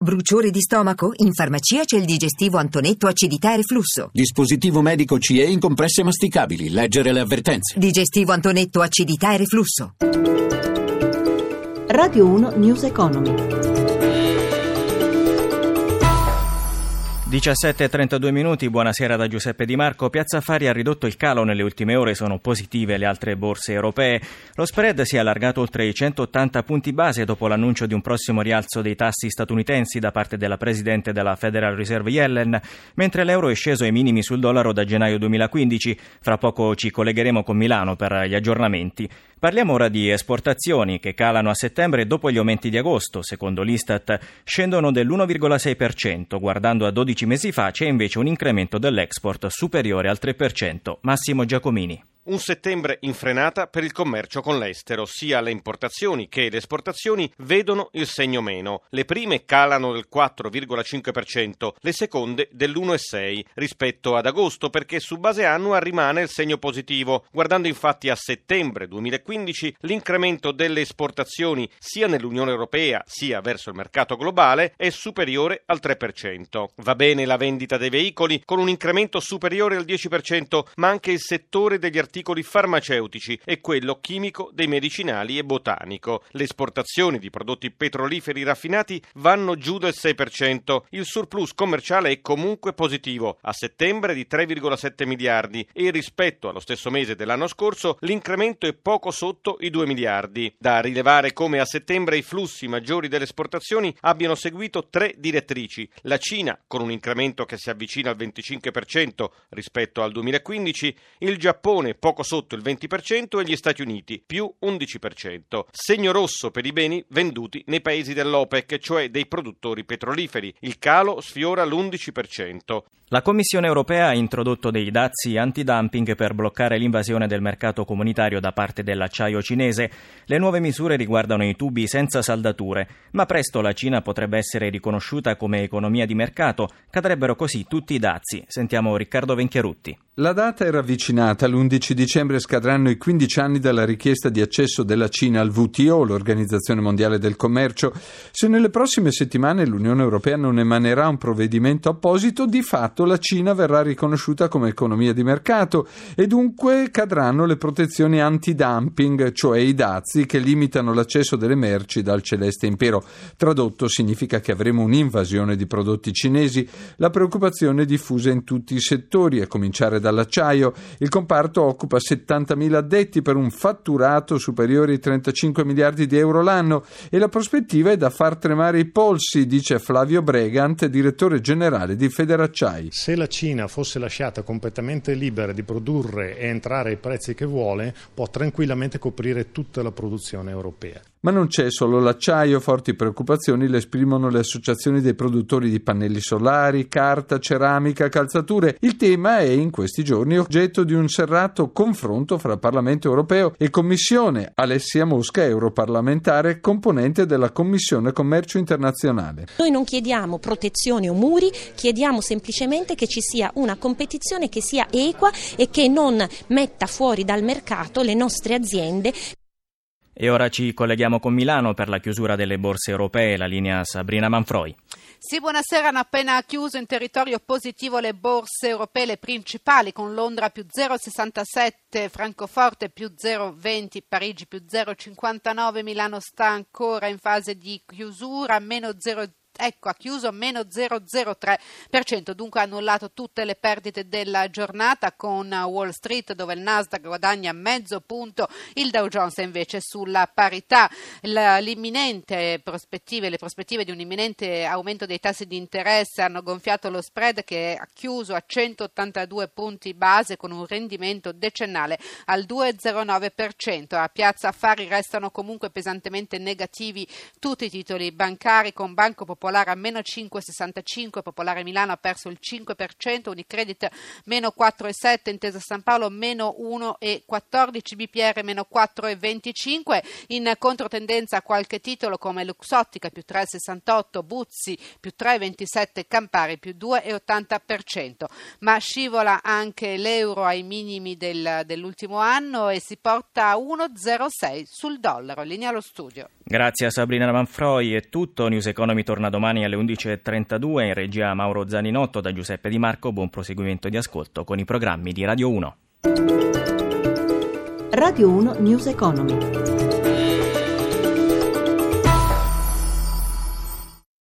Bruciore di stomaco? In farmacia c'è il digestivo Antonetto acidità e reflusso. Dispositivo medico CE in compresse masticabili. Leggere le avvertenze. Digestivo Antonetto acidità e reflusso. Radio 1 News Economy. 17:32 buonasera da Giuseppe Di Marco. Piazza Affari ha ridotto il calo nelle ultime ore, sono positive le altre borse europee. Lo spread si è allargato oltre i 180 punti base dopo l'annuncio di un prossimo rialzo dei tassi statunitensi da parte della presidente della Federal Reserve Yellen, mentre l'euro è sceso ai minimi sul dollaro da gennaio 2015. Fra poco ci collegheremo con Milano per gli aggiornamenti. Parliamo ora di esportazioni che calano a settembre dopo gli aumenti di agosto. Secondo l'Istat scendono dell'1,6%, guardando a 12 mesi fa c'è invece un incremento dell'export superiore al 3%. Massimo Giacomini. Un settembre in frenata per il commercio con l'estero, sia le importazioni che le esportazioni vedono il segno meno. Le prime calano del 4,5%, le seconde dell'1,6% rispetto ad agosto, perché su base annua rimane il segno positivo. Guardando infatti a settembre 2015, l'incremento delle esportazioni sia nell'Unione Europea sia verso il mercato globale è superiore al 3%. Va bene la vendita dei veicoli con un incremento superiore al 10%, ma anche il settore degli articoli farmaceutici e quello chimico, dei medicinali e botanico. Le esportazioni di prodotti petroliferi raffinati vanno giù del 6%. Il surplus commerciale è comunque positivo, a settembre di 3,7 miliardi e rispetto allo stesso mese dell'anno scorso l'incremento è poco sotto i 2 miliardi. Da rilevare come a settembre i flussi maggiori delle esportazioni abbiano seguito tre direttrici. La Cina con un incremento che si avvicina al 25% rispetto al 2015, il Giappone poco sotto il 20% e gli Stati Uniti più 11%. Segno rosso per i beni venduti nei paesi dell'OPEC, cioè dei produttori petroliferi. Il calo sfiora l'11%. La Commissione europea ha introdotto dei dazi antidumping per bloccare l'invasione del mercato comunitario da parte dell'acciaio cinese. Le nuove misure riguardano i tubi senza saldature, ma presto la Cina potrebbe essere riconosciuta come economia di mercato. Cadrebbero così tutti i dazi. Sentiamo Riccardo Venchiarutti. La data era avvicinata, l'11 dicembre scadranno i 15 anni dalla richiesta di accesso della Cina al WTO, l'Organizzazione Mondiale del Commercio. Se nelle prossime settimane l'Unione Europea non emanerà un provvedimento apposito, di fatto la Cina verrà riconosciuta come economia di mercato e dunque cadranno le protezioni antidumping, cioè i dazi che limitano l'accesso delle merci dal celeste impero. Tradotto significa che avremo un'invasione di prodotti cinesi. La preoccupazione è diffusa in tutti i settori, a cominciare dall'acciaio. Il comparto occupa 70.000 addetti per un fatturato superiore ai 35 miliardi di euro l'anno e la prospettiva è da far tremare i polsi, dice Flavio Bregant, direttore generale di Federacciai. Se la Cina fosse lasciata completamente libera di produrre e entrare ai prezzi che vuole, può tranquillamente coprire tutta la produzione europea. Ma non c'è solo l'acciaio, forti preoccupazioni le esprimono le associazioni dei produttori di pannelli solari, carta, ceramica, calzature. Il tema è in questi giorni oggetto di un serrato confronto fra Parlamento europeo e Commissione. Alessia Mosca, europarlamentare, componente della Commissione Commercio Internazionale. Noi non chiediamo protezioni o muri, chiediamo semplicemente che ci sia una competizione che sia equa e che non metta fuori dal mercato le nostre aziende. E ora ci colleghiamo con Milano per la chiusura delle borse europee, la linea Sabrina Manfroi. Sì, buonasera. Hanno appena chiuso in territorio positivo le borse europee, le principali, con Londra più 0,67, Francoforte più 0,20, Parigi più 0,59, Milano sta ancora in fase di chiusura, meno 0,10. Ecco, ha chiuso meno 0,03%, dunque ha annullato tutte le perdite della giornata, con Wall Street dove il Nasdaq guadagna mezzo punto, il Dow Jones è invece sulla parità. Le prospettive di un imminente aumento dei tassi di interesse hanno gonfiato lo spread, che ha chiuso a 182 punti base con un rendimento decennale al 2,09%. A Piazza Affari restano comunque pesantemente negativi tutti i titoli bancari, con Banco Popolare a meno 5,65, Popolare Milano ha perso il 5%, Unicredit meno 4,7, Intesa San Paolo meno 1,14, BPR meno 4,25. In controtendenza qualche titolo come Luxottica più 3,68, Buzzi più 3,27, Campari più 2,80%. Ma scivola anche l'euro ai minimi dell'ultimo anno e si porta a 1,06 sul dollaro. Linea allo studio. Grazie a Sabrina Manfroi, è tutto. News Economy torna domani alle 11.32, in regia Mauro Zaninotto, da Giuseppe Di Marco. Buon proseguimento di ascolto con i programmi di Radio 1. Radio 1 News Economy.